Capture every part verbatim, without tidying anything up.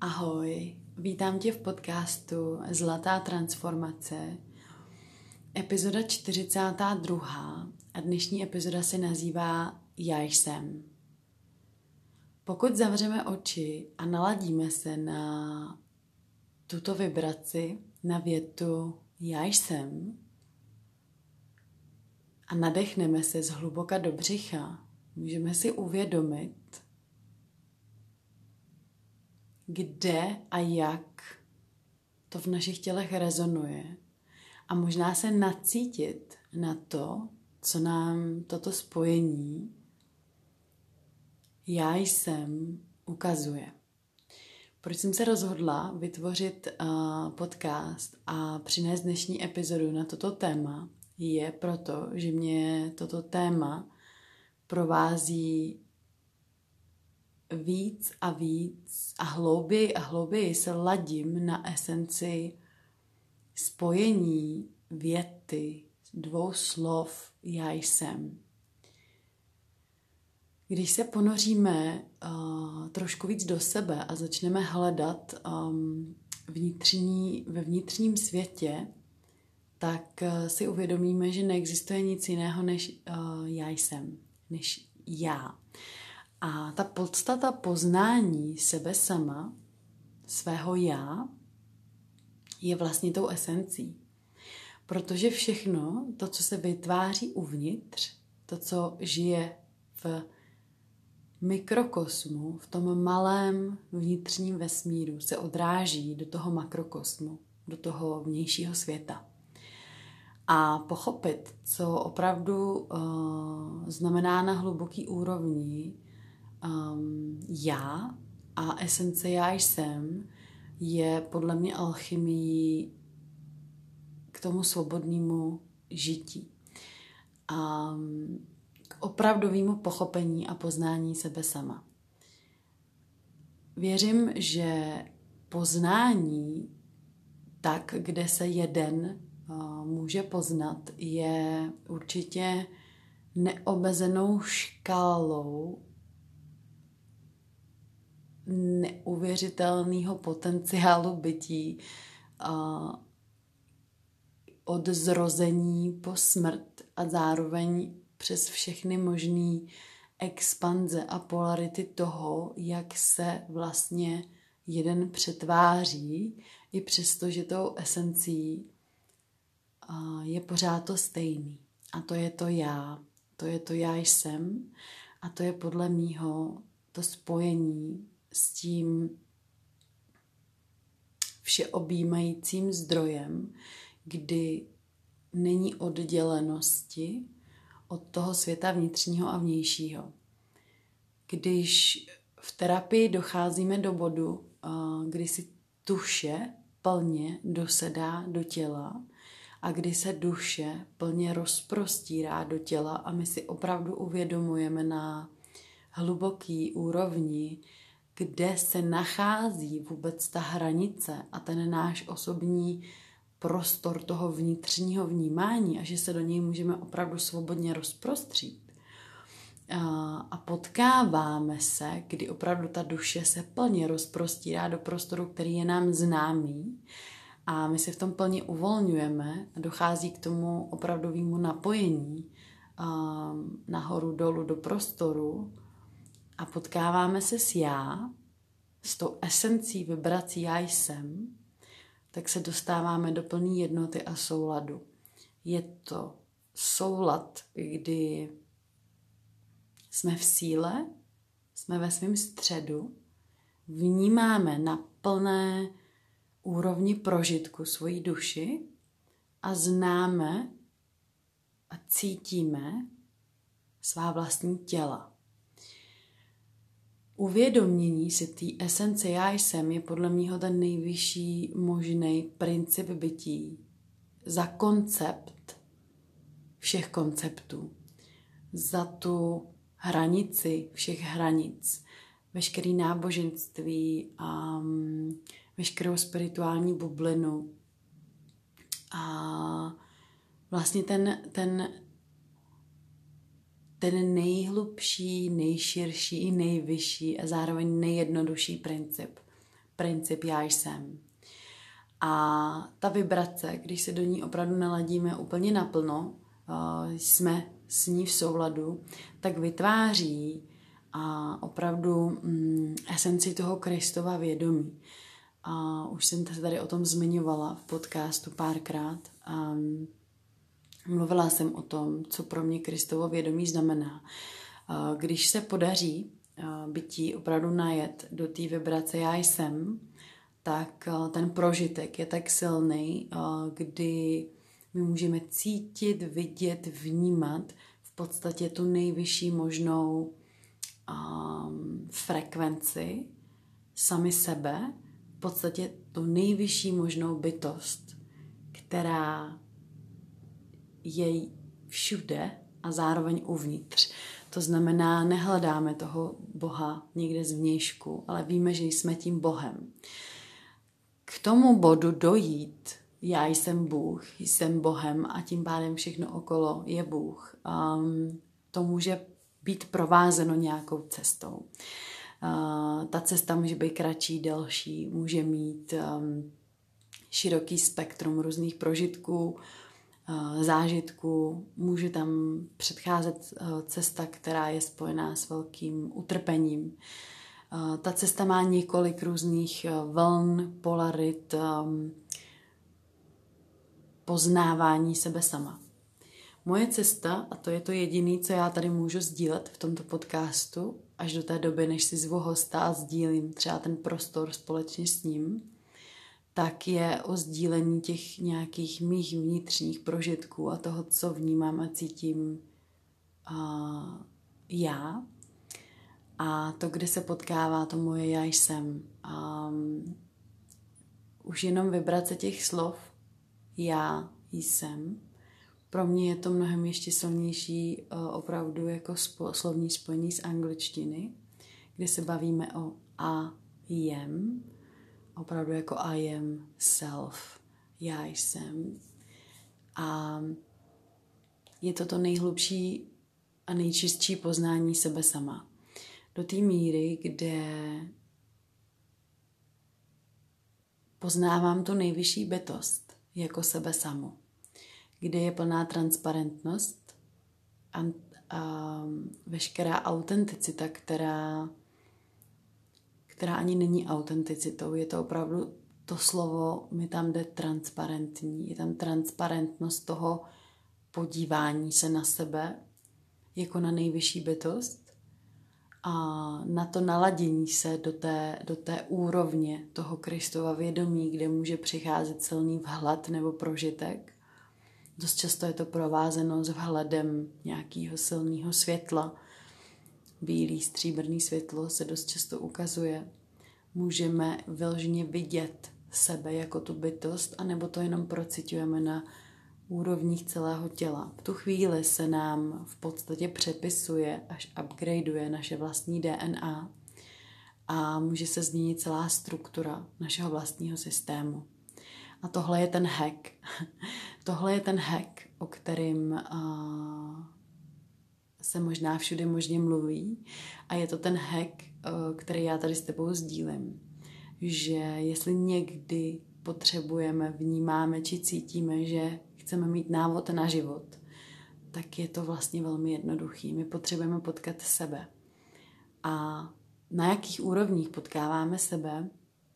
Ahoj, vítám tě v podcastu Zlatá transformace, epizoda čtyřicátá druhá a dnešní epizoda se nazývá Já jsem. Pokud zavřeme oči a naladíme se na tuto vibraci, na větu Já jsem a nadechneme se zhluboka do břicha, můžeme si uvědomit, kde a jak to v našich tělech rezonuje a možná se nacítit na to, co nám toto spojení Já jsem ukazuje. Proč jsem se rozhodla vytvořit uh, podcast a přinést dnešní epizodu na toto téma, je proto, že mě toto téma provází víc a víc a hlouběji a hlouběji se ladím na esenci spojení věty dvou slov Já jsem. Když se ponoříme uh, trošku víc do sebe a začneme hledat um, vnitřní, ve vnitřním světě, tak uh, si uvědomíme, že neexistuje nic jiného než uh, Já jsem, než já. A ta podstata poznání sebe sama, svého já, je vlastně tou esencí. Protože všechno, to, co se vytváří uvnitř, to, co žije v mikrokosmu, v tom malém vnitřním vesmíru, se odráží do toho makrokosmu, do toho vnějšího světa. A pochopit, co opravdu uh, znamená na hluboký úrovni Um, já a esence Já jsem, je podle mě alchymii k tomu svobodnému žití a k opravdovému pochopení a poznání sebe sama. Věřím, že poznání tak, kde se jeden uh, může poznat, je určitě neomezenou škálou neuvěřitelného potenciálu bytí a od zrození po smrt a zároveň přes všechny možné expanze a polarity toho, jak se vlastně jeden přetváří, i přesto, že tou esencí je pořád to stejný. A to je to já. To je to Já jsem a to je podle mýho to spojení s tím všeobjímajícím zdrojem, kdy není oddělenosti od toho světa vnitřního a vnějšího. Když v terapii docházíme do bodu, kdy si duše plně dosedá do těla a kdy se duše plně rozprostírá do těla a my si opravdu uvědomujeme na hluboký úrovni, kde se nachází vůbec ta hranice a ten náš osobní prostor toho vnitřního vnímání a že se do něj můžeme opravdu svobodně rozprostřít. A potkáváme se, kdy opravdu ta duše se plně rozprostírá do prostoru, který je nám známý a my se v tom plně uvolňujeme a dochází k tomu opravdovému napojení nahoru dolů do prostoru. A potkáváme se s já, s tou esencí vibrací Já jsem, tak se dostáváme do plné jednoty a souladu. Je to soulad, kdy jsme v síle, jsme ve svém středu, vnímáme na plné úrovni prožitku svoji duši a známe a cítíme svá vlastní těla. Uvědomění si té esence Já jsem je podle mýho ten nejvyšší možný princip bytí za koncept všech konceptů, za tu hranici všech hranic, veškerý náboženství a veškerou spirituální bublinu a vlastně ten, ten ten nejhlubší, nejširší, nejvyšší a zároveň nejjednodušší princip. princip já jsem. A ta vibrace, když se do ní opravdu naladíme úplně naplno, jsme s ní v souladu, tak vytváří a opravdu mm, esenci toho Kristova vědomí. A už jsem se tady o tom zmiňovala v podcastu párkrát. A mluvila jsem o tom, co pro mě Kristovo vědomí znamená. A když se podaří bytí opravdu najet do té vibrace já jsem, tak ten prožitek je tak silný, kdy my můžeme cítit, vidět, vnímat v podstatě tu nejvyšší možnou um, frekvenci sami sebe, v podstatě tu nejvyšší možnou bytost, která je všude a zároveň uvnitř. To znamená, nehledáme toho Boha někde zvnějšku, ale víme, že jsme tím Bohem. K tomu bodu dojít, já jsem Bůh, jsem Bohem a tím pádem všechno okolo je Bůh. Um, to může být provázeno nějakou cestou. Uh, ta cesta může být kratší, delší, může mít um, široký spektrum různých prožitků, uh, zážitků. Může tam předcházet uh, cesta, která je spojená s velkým utrpením. Uh, ta cesta má několik různých uh, vln, polarit, um, poznávání sebe sama. Moje cesta, a to je to jediné, co já tady můžu sdílet v tomto podcastu, až do té doby, než si zvu hosta a sdílím třeba ten prostor společně s ním, tak je o sdílení těch nějakých mých vnitřních prožitků a toho, co vnímám a cítím uh, já. A to, kde se potkává to moje já jsem. Um, už jenom vibrace těch slov já jsem. Pro mě je to mnohem ještě silnější opravdu jako spo, slovní spojení z angličtiny, kde se bavíme o I am, opravdu jako I am self, já jsem. A je to to nejhlubší a nejčistší poznání sebe sama. Do té míry, kde poznávám tu nejvyšší bytost jako sebe samu, kde je plná transparentnost a, a veškerá autenticita, která, která ani není autenticitou. Je to opravdu, to slovo mi tam jde transparentní. Je tam transparentnost toho podívání se na sebe jako na nejvyšší bytost a na to naladění se do té, do té úrovně toho Kristova vědomí, kde může přicházet silný vhled nebo prožitek. Dost často je to provázeno s vhledem nějakého silného světla. Bílý, stříbrný světlo se dost často ukazuje. Můžeme vyloženě vidět sebe jako tu bytost, anebo to jenom procitujeme na úrovních celého těla. V tu chvíli se nám v podstatě přepisuje až upgradeuje naše vlastní D N A a může se změnit celá struktura našeho vlastního systému. A tohle je ten hack. Tohle je ten hack, o kterým uh, se možná všude možně mluví. A je to ten hack, uh, který já tady s tebou sdílím. Že jestli někdy potřebujeme, vnímáme či cítíme, že chceme mít návod na život, tak je to vlastně velmi jednoduchý. My potřebujeme potkat sebe. A na jakých úrovních potkáváme sebe,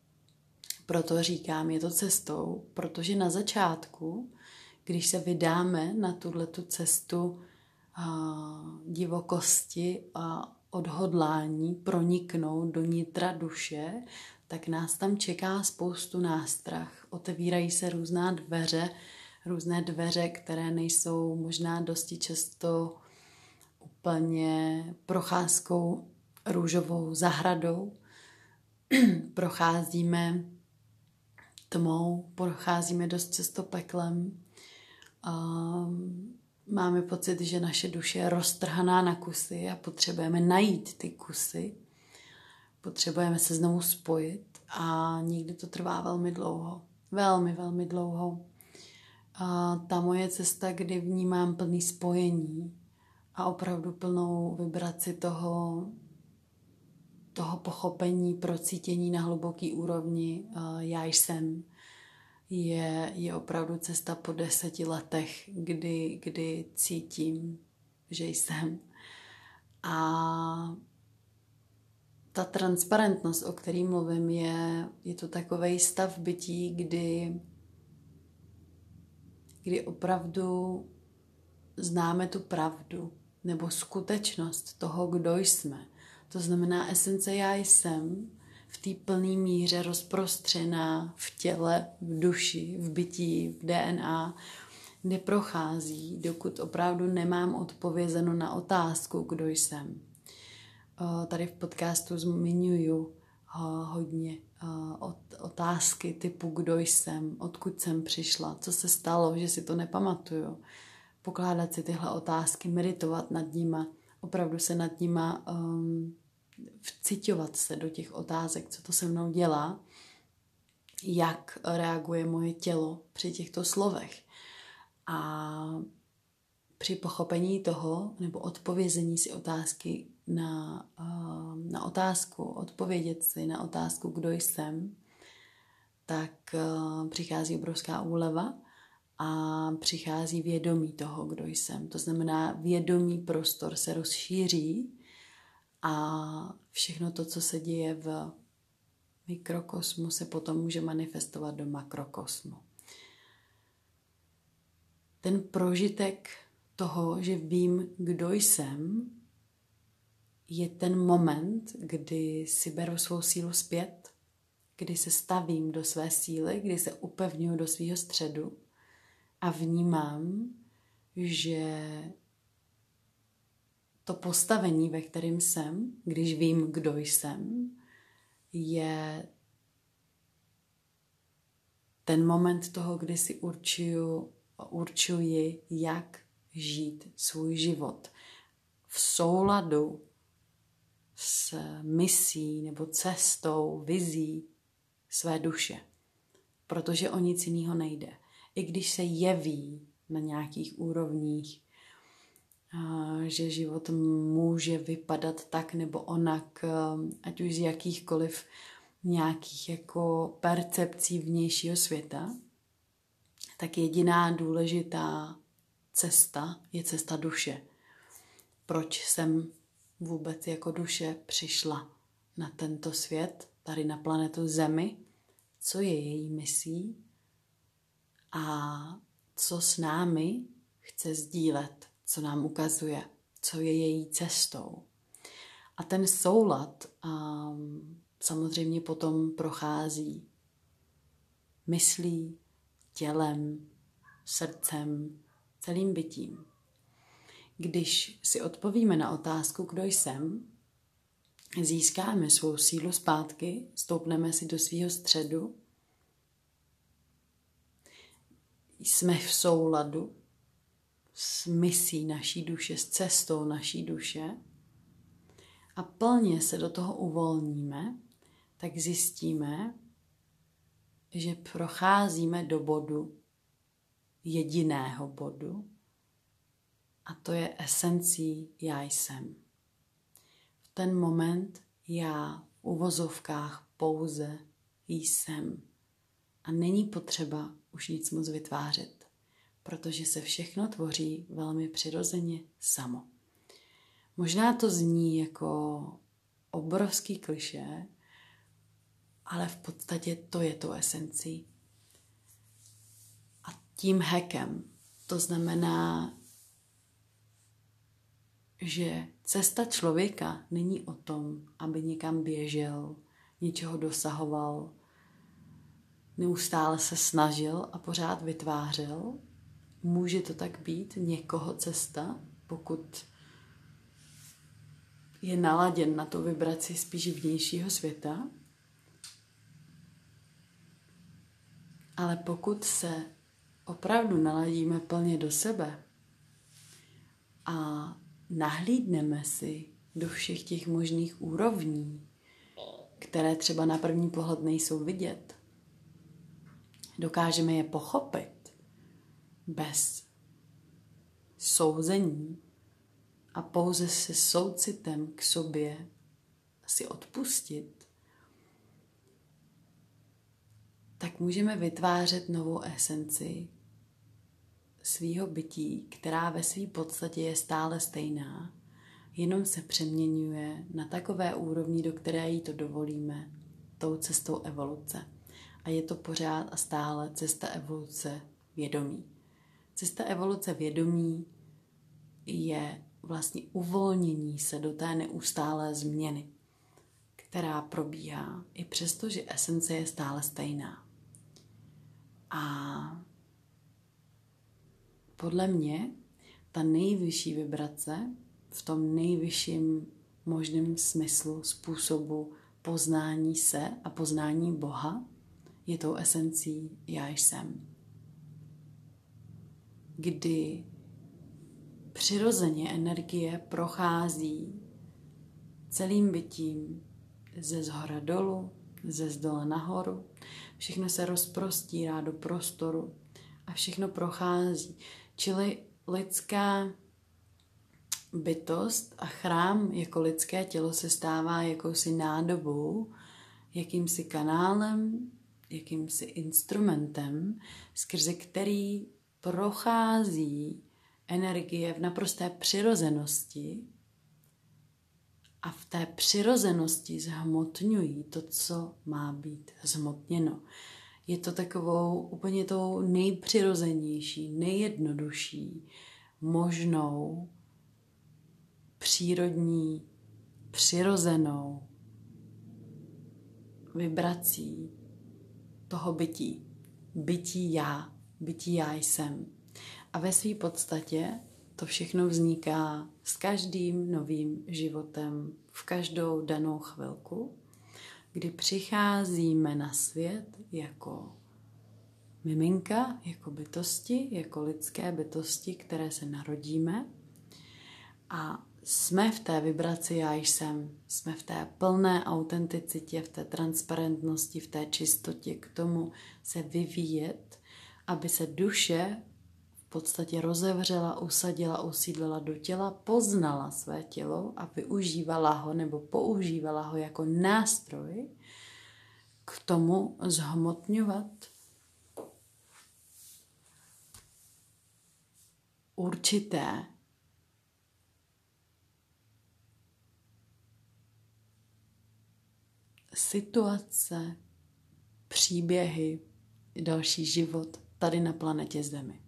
proto říkám, je to cestou, protože na začátku, když se vydáme na tuhletu cestu uh, divokosti a odhodlání proniknout do nitra duše, tak nás tam čeká spoustu nástrah. Otevírají se různá dveře, různé dveře, které nejsou možná dosti často úplně procházkou růžovou zahradou. Procházíme tmou, procházíme dost často peklem. Um, máme pocit, že naše duše je roztrhaná na kusy a potřebujeme najít ty kusy. Potřebujeme se znovu spojit a někdy to trvá velmi dlouho. Velmi, velmi dlouho. A ta moje cesta, kdy vnímám plný spojení a opravdu plnou vibraci toho, toho pochopení, procítění na hluboký úrovni já jsem, je, je opravdu cesta po deseti letech, kdy, kdy cítím, že jsem. A ta transparentnost, o který mluvím, je, je to takovej stav bytí, kdy, kdy opravdu známe tu pravdu nebo skutečnost toho, kdo jsme. To znamená, esence já jsem v té plné míře rozprostřená v těle, v duši, v bytí, v D N A, neprochází, dokud opravdu nemám odpovězeno na otázku, kdo jsem. Tady v podcastu zmiňuju hodně otázky typu kdo jsem, odkud jsem přišla, co se stalo, že si to nepamatuju. Pokládat si tyhle otázky, meditovat nad nima, opravdu se nad nima um, vciťovat se do těch otázek, co to se mnou dělá, jak reaguje moje tělo při těchto slovech. A při pochopení toho, nebo odpovězení si otázky na, uh, na otázku, odpovědět si na otázku, kdo jsem, tak uh, přichází obrovská úleva a přichází vědomí toho, kdo jsem. To znamená, vědomý prostor se rozšíří a všechno to, co se děje v mikrokosmu, se potom může manifestovat do makrokosmu. Ten prožitek toho, že vím, kdo jsem, je ten moment, kdy si beru svou sílu zpět, kdy se stavím do své síly, kdy se upevňuji do svého středu a vnímám, že to postavení, ve kterém jsem, když vím, kdo jsem, je ten moment toho, kdy si určuju, určuji, jak žít svůj život v souladu s misí nebo cestou, vizí své duše. Protože o nic jiného nejde. I když se jeví na nějakých úrovních, že život může vypadat tak nebo onak, ať už z jakýchkoliv nějakých jako percepcí vnějšího světa, tak jediná důležitá cesta je cesta duše. Proč jsem vůbec jako duše přišla na tento svět, tady na planetu Zemi, co je její misí a co s námi chce sdílet, co nám ukazuje, co je její cestou. A ten soulad um, samozřejmě potom prochází myslí, tělem, srdcem, celým bytím. Když si odpovíme na otázku, kdo jsem, získáme svou sílu zpátky, stoupneme si do svého středu, jsme v souladu s misí naší duše, s cestou naší duše a plně se do toho uvolníme, tak zjistíme, že procházíme do bodu, jediného bodu, a to je esencí já jsem. V ten moment já v uvozovkách pouze jsem. A není potřeba už nic moc vytvářet, protože se všechno tvoří velmi přirozeně samo. Možná to zní jako obrovský klišé, ale v podstatě to je to esencí. A tím hackem, to znamená, že cesta člověka není o tom, aby někam běžel, něčeho dosahoval, neustále se snažil a pořád vytvářel. Může to tak být někoho cesta, pokud je naladěn na tu vibraci spíš vnějšího světa. Ale pokud se opravdu naladíme plně do sebe a nahlídneme si do všech těch možných úrovní, které třeba na první pohled nejsou vidět, dokážeme je pochopit bez souzení a pouze se soucitem k sobě si odpustit, tak můžeme vytvářet novou esenci svýho bytí, která ve své podstatě je stále stejná, jenom se přeměňuje na takové úrovni, do které jí to dovolíme, tou cestou evoluce. A je to pořád a stále cesta evoluce vědomí. Cesta evoluce vědomí je vlastně uvolnění se do té neustálé změny, která probíhá, i přesto, že esence je stále stejná. A podle mě ta nejvyšší vibrace v tom nejvyšším možném smyslu, způsobu poznání se a poznání Boha je tou esencí já jsem. Kdy přirozeně energie prochází celým bytím ze zhora dolů, ze zdola nahoru. Všechno se rozprostírá do prostoru a všechno prochází. Čili lidská bytost a chrám jako lidské tělo se stává jakousi nádobou, jakýmsi kanálem, jakýmsi instrumentem, skrze který prochází energie v naprosté přirozenosti a v té přirozenosti zhmotňují to, co má být zhmotněno. Je to takovou úplně tou nejpřirozenější, nejjednodušší, možnou, přírodní, přirozenou vibrací toho bytí. Bytí já, bytí já jsem. A ve své podstatě to všechno vzniká s každým novým životem v každou danou chvilku, kdy přicházíme na svět jako miminka, jako bytosti, jako lidské bytosti, které se narodíme a jsme v té vibraci já jsem, jsme v té plné autenticitě, v té transparentnosti, v té čistotě k tomu se vyvíjet, aby se duše v podstatě rozevřela, usadila, usídlila do těla, poznala své tělo a využívala ho nebo používala ho jako nástroj k tomu zhmotňovat určité situace, příběhy, další život tady na planetě Zemi.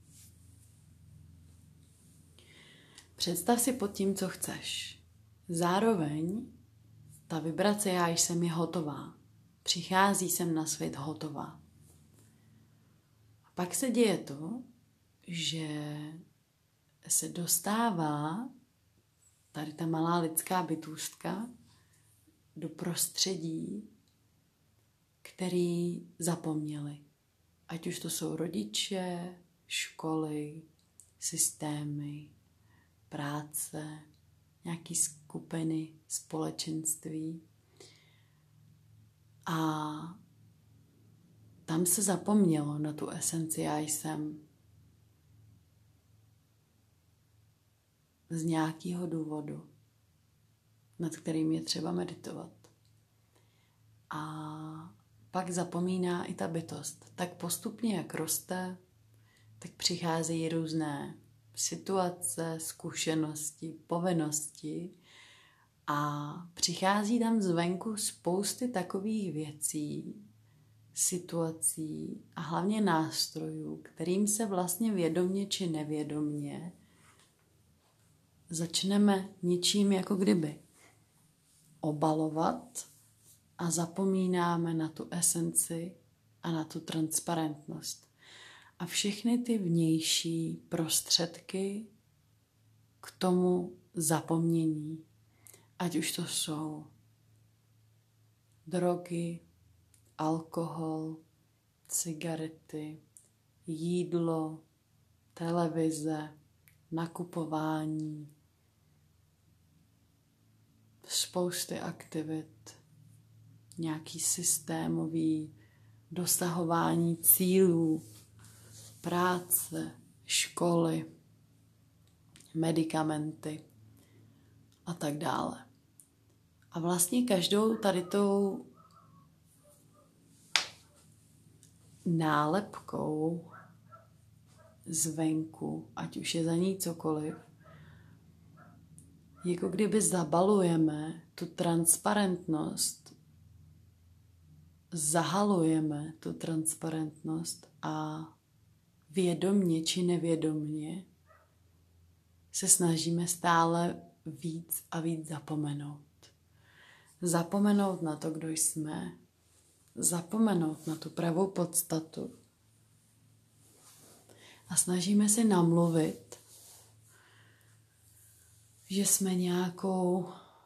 Představ si pod tím, co chceš. Zároveň ta vibrace já jsem je hotová. Přichází sem na svět hotová. A pak se děje to, že se dostává tady ta malá lidská bytůstka do prostředí, který zapomněli. Ať už to jsou rodiče, školy, systémy, práce, nějaké skupiny, společenství. A tam se zapomnělo na tu esenci já jsem. Z nějakého důvodu, nad kterým je třeba meditovat. A pak zapomíná i ta bytost. Tak postupně, jak roste, tak přicházejí různé situace, zkušenosti, povinnosti a přichází tam zvenku spousty takových věcí, situací a hlavně nástrojů, kterým se vlastně vědomně či nevědomně začneme něčím jako kdyby obalovat a zapomínáme na tu esenci a na tu transparentnost. A všechny ty vnější prostředky k tomu zapomnění, ať už to jsou drogy, alkohol, cigarety, jídlo, televize, nakupování, spousty aktivit, nějaký systémový dosahování cílů, práce, školy, medikamenty a tak dále. A vlastně každou tady tou nálepkou zvenku, ať už je za ní cokoliv, jako kdyby zabalujeme tu transparentnost, zahalujeme tu transparentnost a vědomně či nevědomně se snažíme stále víc a víc zapomenout. Zapomenout na to, kdo jsme, zapomenout na tu pravou podstatu a snažíme se namluvit, že jsme nějakou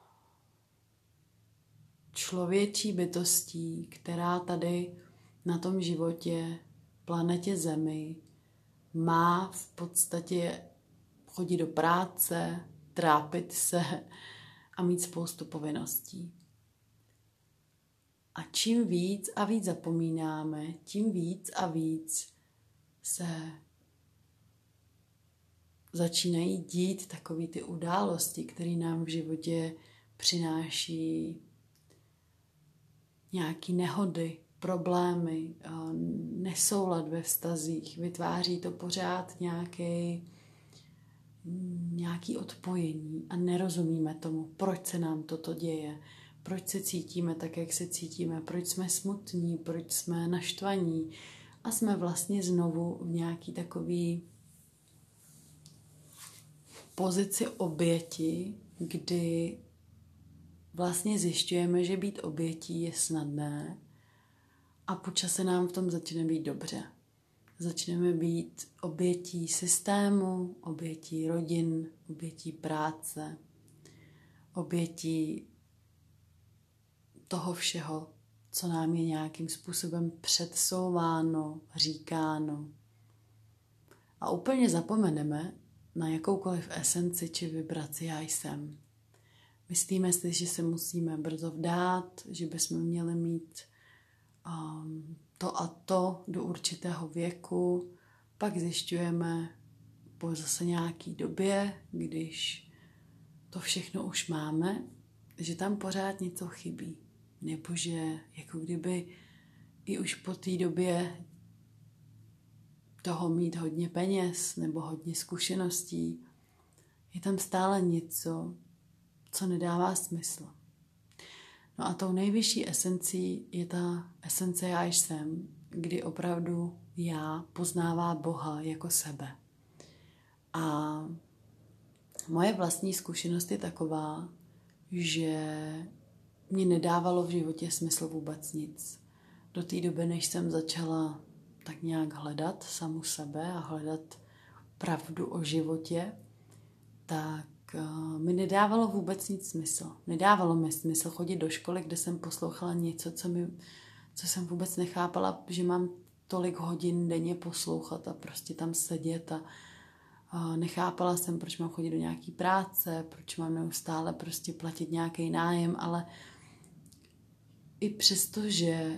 člověčí bytostí, která tady na tom životě, planetě Zemi, má v podstatě chodit do práce, trápit se a mít spoustu povinností. A čím víc a víc zapomínáme, tím víc a víc se začínají dít takový ty události, které nám v životě přináší nějaké nehody, problémy, nesoulad ve vztazích. Vytváří to pořád nějaký, nějaký odpojení a nerozumíme tomu, proč se nám toto děje, proč se cítíme tak, jak se cítíme, proč jsme smutní, proč jsme naštvaní a jsme vlastně znovu v nějaký takový pozici oběti, kdy vlastně zjišťujeme, že být obětí je snadné a po čase nám v tom začne být dobře. Začneme být obětí systému, obětí rodin, obětí práce, obětí toho všeho, co nám je nějakým způsobem předsouváno, říkáno. A úplně zapomeneme na jakoukoliv esenci či vibraci já jsem. Myslíme si, že se musíme brzo vdát, že bychom měli mít um, to a to do určitého věku. Pak zjišťujeme po zase nějaký době, když to všechno už máme, že tam pořád něco chybí. Nebo že jako kdyby i už po té době toho mít hodně peněz nebo hodně zkušeností, je tam stále něco, co nedává smysl. No a tou nejvyšší esencí je ta esence já jsem, kdy opravdu já poznává Boha jako sebe. A moje vlastní zkušenost je taková, že mě nedávalo v životě smysl vůbec nic. Do té doby, než jsem začala tak nějak hledat samu sebe a hledat pravdu o životě, tak uh, mi nedávalo vůbec nic smysl. Nedávalo mi smysl chodit do školy, kde jsem poslouchala něco, co, mi, co jsem vůbec nechápala, že mám tolik hodin denně poslouchat a prostě tam sedět a uh, nechápala jsem, proč mám chodit do nějaký práce, proč mám neustále prostě platit nějaký nájem, ale i přesto, že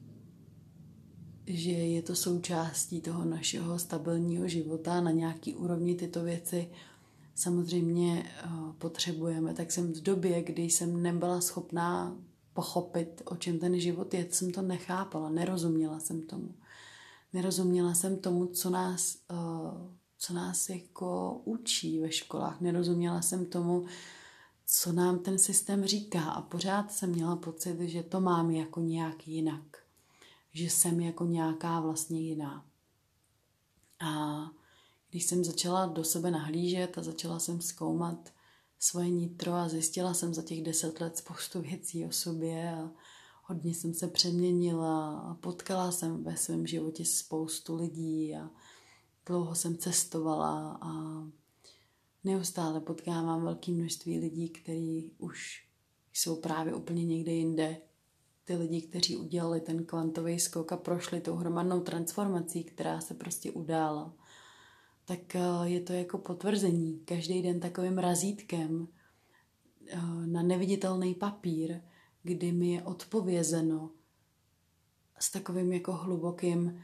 že je to součástí toho našeho stabilního života, na nějaký úrovni tyto věci samozřejmě potřebujeme. Tak jsem v době, kdy jsem nebyla schopná pochopit, o čem ten život je, jsem to nechápala, nerozuměla jsem tomu. Nerozuměla jsem tomu, co nás, co nás jako učí ve školách. Nerozuměla jsem tomu, co nám ten systém říká a pořád jsem měla pocit, že to mám jako nějak jinak. Že jsem jako nějaká vlastně jiná. A když jsem začala do sebe nahlížet a začala jsem zkoumat svoje nitro a zjistila jsem za těch deset let spoustu věcí o sobě a hodně jsem se přeměnila a potkala jsem ve svém životě spoustu lidí a dlouho jsem cestovala a neustále potkávám velké množství lidí, kteří už jsou právě úplně někde jinde. Ty lidi, kteří udělali ten kvantový skok a prošli tou hromadnou transformací, která se prostě udála, tak je to jako potvrzení. Každý den takovým razítkem na neviditelný papír, kdy mi je odpovězeno s takovým jako hlubokým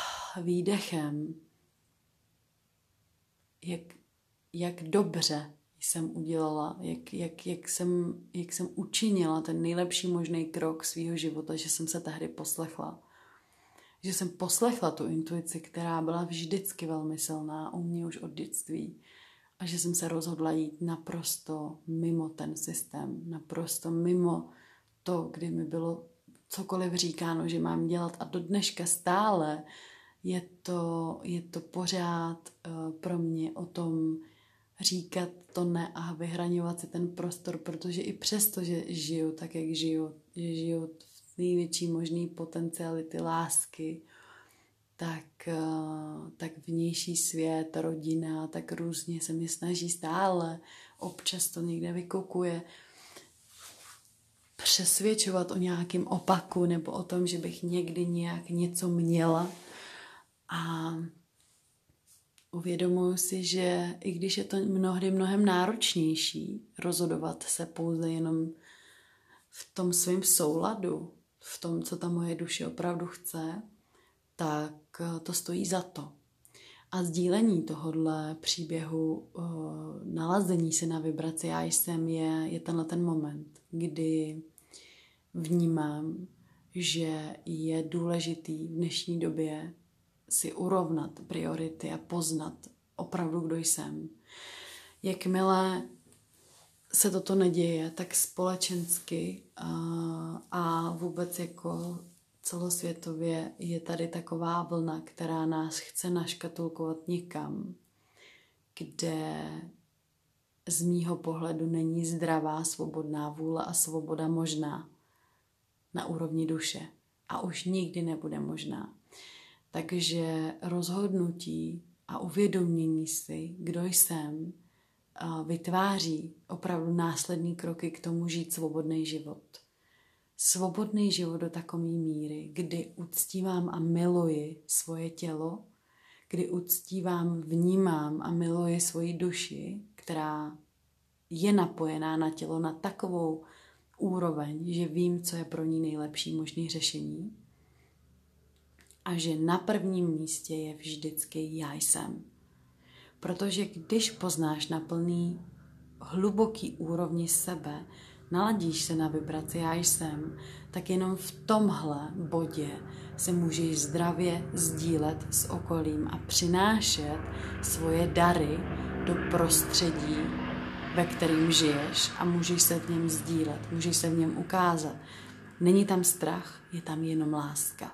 výdechem, jak, jak dobře jsem udělala, jak, jak, jak, jsem, jak jsem učinila ten nejlepší možný krok svýho života, že jsem se tehdy poslechla. Že jsem poslechla tu intuici, která byla vždycky velmi silná u mě už od dětství. A že jsem se rozhodla jít naprosto mimo ten systém, naprosto mimo to, kdy mi bylo cokoliv říkáno, že mám dělat. A do dneška stále je to, je to pořád uh, pro mě o tom říkat to ne a vyhraňovat si ten prostor, protože i přesto, že žiju tak, jak žiju, že žiju v největší možný potenciality lásky, tak, uh, tak vnější svět, rodina, tak různě se mě snaží stále, občas to někde vykukuje, přesvědčovat o nějakém opaku nebo o tom, že bych někdy nějak něco měla. A uvědomuji si, že i když je to mnohdy mnohem náročnější rozhodovat se pouze jenom v tom svém souladu, v tom, co ta moje duše opravdu chce, tak to stojí za to. A sdílení tohohle příběhu, nalazení se na vibraci já jsem, je, je tenhle ten moment, kdy vnímám, že je důležitý v dnešní době si urovnat priority a poznat opravdu, kdo jsem. Jakmile se toto neděje, tak společensky a, a vůbec jako celosvětově je tady taková vlna, která nás chce naškatulkovat někam, kde z mýho pohledu není zdravá, svobodná vůle a svoboda možná na úrovni duše. A už nikdy nebude možná. Takže rozhodnutí a uvědomění si, kdo jsem, vytváří opravdu následný kroky k tomu žít svobodný život. Svobodný život do takové míry, kdy uctívám a miluji svoje tělo, kdy uctívám, vnímám a miluji svoji duši, která je napojená na tělo na takovou úroveň, že vím, co je pro ní nejlepší možný řešení. A že na prvním místě je vždycky já jsem. Protože když poznáš na plný, hluboký úrovni sebe, naladíš se na vibraci já jsem, tak jenom v tomhle bodě se můžeš zdravě sdílet s okolím a přinášet svoje dary do prostředí, ve kterém žiješ a můžeš se v něm sdílet, můžeš se v něm ukázat. Není tam strach, je tam jenom láska.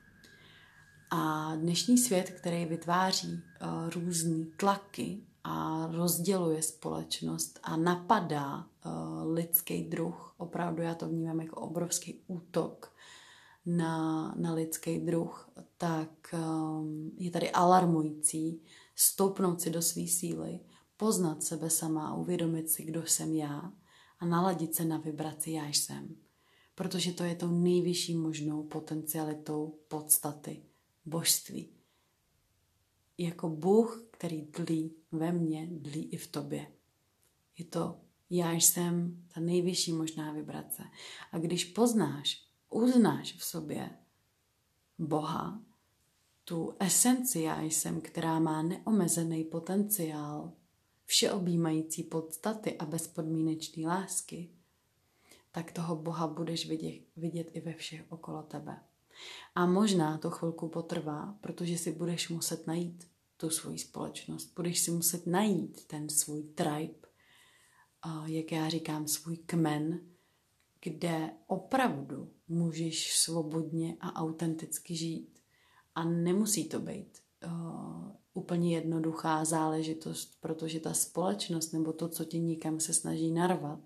A dnešní svět, který vytváří uh, různý tlaky a rozděluje společnost a napadá uh, lidský druh, opravdu já to vnímám jako obrovský útok na, na lidský druh, tak um, je tady alarmující stoupnout si do své síly, poznat sebe sama a uvědomit si, kdo jsem já a naladit se na vibraci já jsem. Protože to je tou nejvyšší možnou potencialitou podstaty božství. Jako Bůh, který dlí ve mně, dlí i v tobě. Je to já jsem ta nejvyšší možná vibrace. A když poznáš, uznáš v sobě Boha, tu esenci já jsem, která má neomezený potenciál, všeobjímající podstaty a bezpodmínečné lásky, tak toho Boha budeš vidět, vidět i ve všech okolo tebe. A možná to chvilku potrvá, protože si budeš muset najít tu svoji společnost. Budeš si muset najít ten svůj tribe, jak já říkám, svůj kmen, kde opravdu můžeš svobodně a autenticky žít. A nemusí to být uh, úplně jednoduchá záležitost, protože ta společnost nebo to, co tě někam se snaží narvat,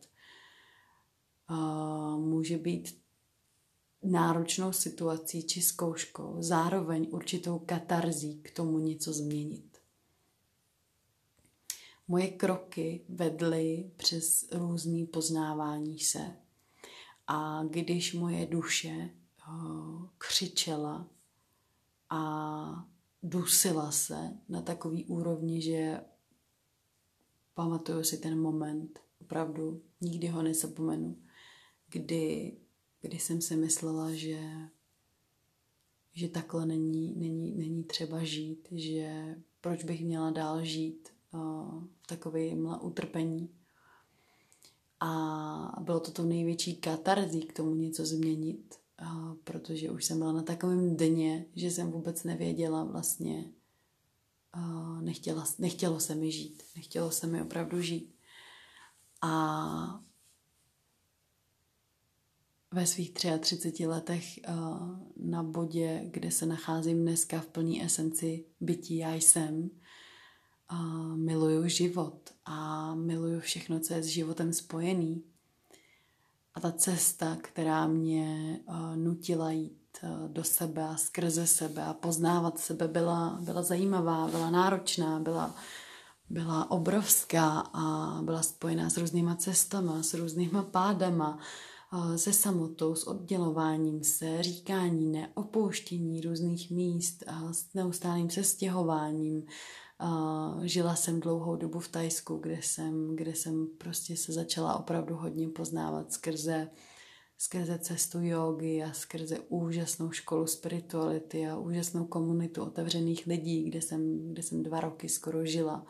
uh, může být náročnou situací či zkouškou, zároveň určitou katarzí k tomu něco změnit. Moje kroky vedly přes různý poznávání se a když moje duše uh, křičela a dusila se na takový úrovni, že pamatuju si ten moment, opravdu nikdy ho nezapomenu, kdy kdy jsem si myslela, že, že takhle není, není, není třeba žít, že proč bych měla dál žít v takovém utrpení. A bylo to tou největší katarzí k tomu něco změnit, protože už jsem byla na takovém dně, že jsem vůbec nevěděla vlastně, nechtěla, nechtělo se mi žít, nechtělo se mi opravdu žít. A ve svých třiatřiceti tři letech na bodě, kde se nacházím dneska v plné esenci bytí já jsem, miluju život a miluju všechno, co je s životem spojený. A ta cesta, která mě nutila jít do sebe a skrze sebe a poznávat sebe, byla, byla zajímavá, byla náročná, byla, byla obrovská a byla spojená s různýma cestama, s různýma pádama, se samotou, s oddělováním se, říkání ne, opouštění různých míst, s neustálým sestěhováním. Žila jsem dlouhou dobu v Thajsku, kde jsem, kde jsem prostě se začala opravdu hodně poznávat skrze, skrze cestu jógy a skrze úžasnou školu spirituality a úžasnou komunitu otevřených lidí, kde jsem, kde jsem dva roky skoro žila.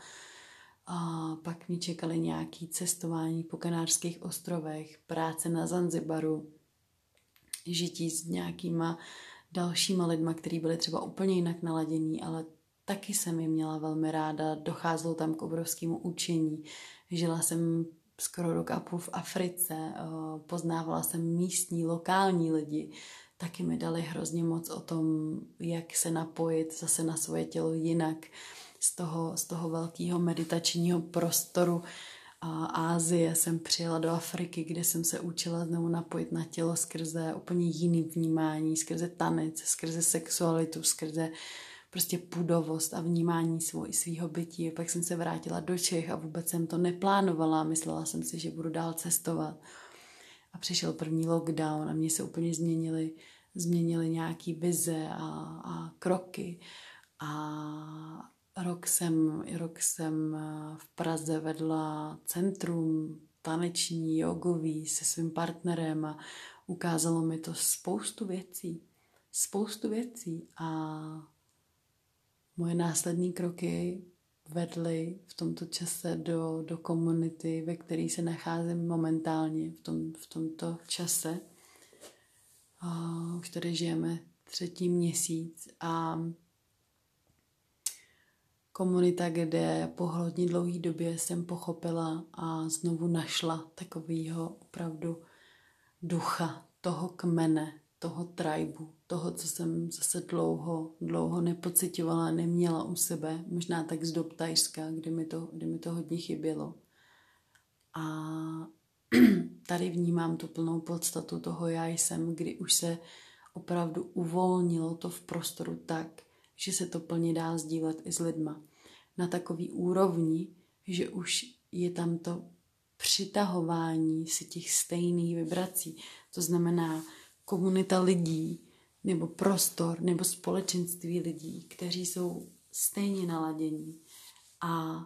A pak mě čekaly nějaké cestování po Kanárských ostrovech, práce na Zanzibaru, žití s nějakýma dalšíma lidma, kteří byli třeba úplně jinak naladění, ale taky jsem je měla velmi ráda, docházelo tam k obrovskému učení. Žila jsem skoro rok a půl v Africe, poznávala jsem místní, lokální lidi, taky mi dali hrozně moc o tom, jak se napojit zase na svoje tělo jinak, z toho, z toho velkého meditačního prostoru Ázie jsem přijela do Afriky, kde jsem se učila znovu napojit na tělo skrze úplně jiný vnímání, skrze tanec, skrze sexualitu, skrze prostě pudovost a vnímání svoj, svýho bytí. Pak jsem se vrátila do Čech a vůbec jsem to neplánovala. Myslela jsem si, že budu dál cestovat. A přišel první lockdown a mě se úplně změnily, změnily nějaký vize a, a kroky. A rok jsem, rok jsem v Praze vedla centrum taneční, jogový se svým partnerem a ukázalo mi to spoustu věcí. Spoustu věcí. A moje následné kroky vedly v tomto čase do, do komunity, ve které se nacházím momentálně v, tom, v tomto čase. A už tady žijeme třetí měsíc a komunita, kde po hodně dlouhé době jsem pochopila a znovu našla takového opravdu ducha, toho kmene, toho tribu, toho, co jsem zase dlouho, dlouho nepocitovala, neměla u sebe, možná tak z dob Thajska, kdy mi to, kdy mi to hodně chybělo. A tady vnímám tu plnou podstatu toho já jsem, kdy už se opravdu uvolnilo to v prostoru tak, že se to plně dá sdílet i s lidma. Na takový úrovni, že už je tam to přitahování si těch stejných vibrací. To znamená komunita lidí, nebo prostor, nebo společenství lidí, kteří jsou stejně naladění. A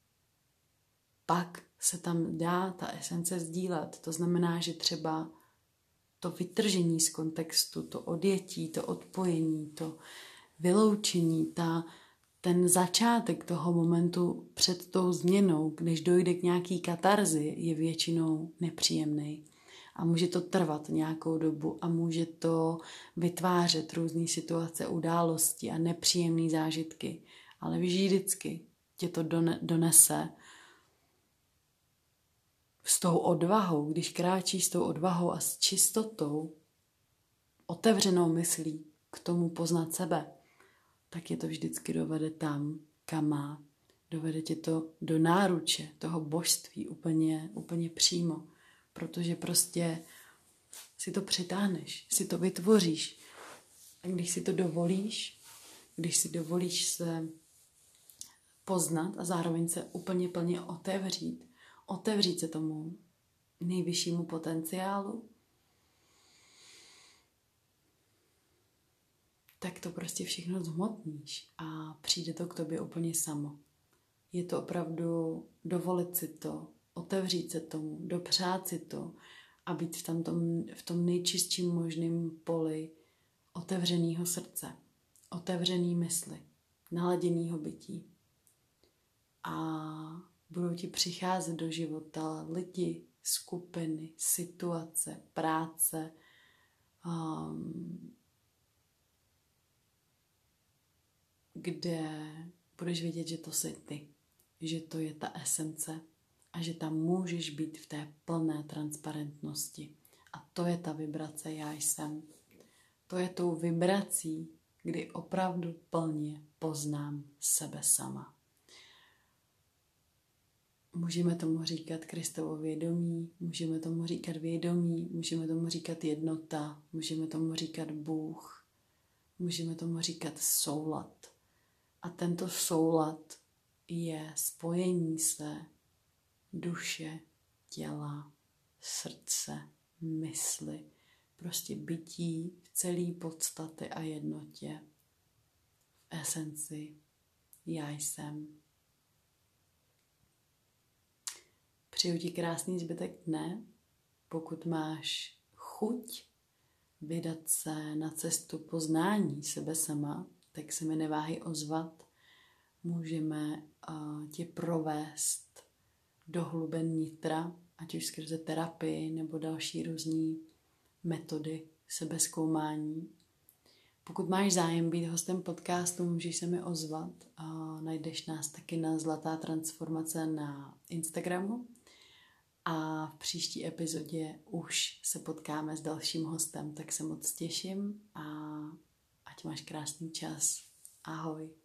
pak se tam dá ta esence sdílet. To znamená, že třeba to vytržení z kontextu, to odjetí, to odpojení, to vyloučení, ta, ten začátek toho momentu před tou změnou, než dojde k nějaký katarzi, je většinou nepříjemný. A může to trvat nějakou dobu a může to vytvářet různé situace, události a nepříjemné zážitky. Ale vždycky tě to donese s tou odvahou, když kráčíš s tou odvahou a s čistotou, otevřenou myslí k tomu poznat sebe, tak je to vždycky dovede tam, kam má. Dovede tě to do náruče toho božství úplně, úplně přímo. Protože prostě si to přitáhneš, si to vytvoříš. A když si to dovolíš, když si dovolíš se poznat a zároveň se úplně plně otevřít, otevřít se tomu nejvyššímu potenciálu, tak to prostě všechno zhmotníš a přijde to k tobě úplně samo. Je to opravdu dovolit si to, otevřít se tomu, dopřát si to a být v, tamtom, v tom nejčistším možném poli otevřeného srdce, otevřený mysli, naladěného bytí. a budou ti přicházet do života lidi, skupiny, situace, práce, um, kde budeš vědět, že to jsi ty, že to je ta esence a že tam můžeš být v té plné transparentnosti. A to je ta vibrace já jsem. To je tou vibrací, kdy opravdu plně poznám sebe sama. Můžeme tomu říkat Kristovo vědomí, můžeme tomu říkat vědomí, můžeme tomu říkat jednota, můžeme tomu říkat Bůh, můžeme tomu říkat soulad. A tento soulad je spojení se duše, těla, srdce, mysli, prostě bytí v celé podstatě a jednotě, v esenci já jsem. Přeju ti krásný zbytek dne. Pokud máš chuť vydat se na cestu poznání sebe sama, tak se mi neváhej ozvat. Můžeme uh, tě provést do hluben nitra, ať už skrze terapii nebo další různé metody sebezkoumání. Pokud máš zájem být hostem podcastu, můžeš se mi ozvat. Uh, najdeš nás taky na Zlatá transformace na Instagramu. A v příští epizodě už se potkáme s dalším hostem, tak se moc těším a ať máš krásný čas. Ahoj.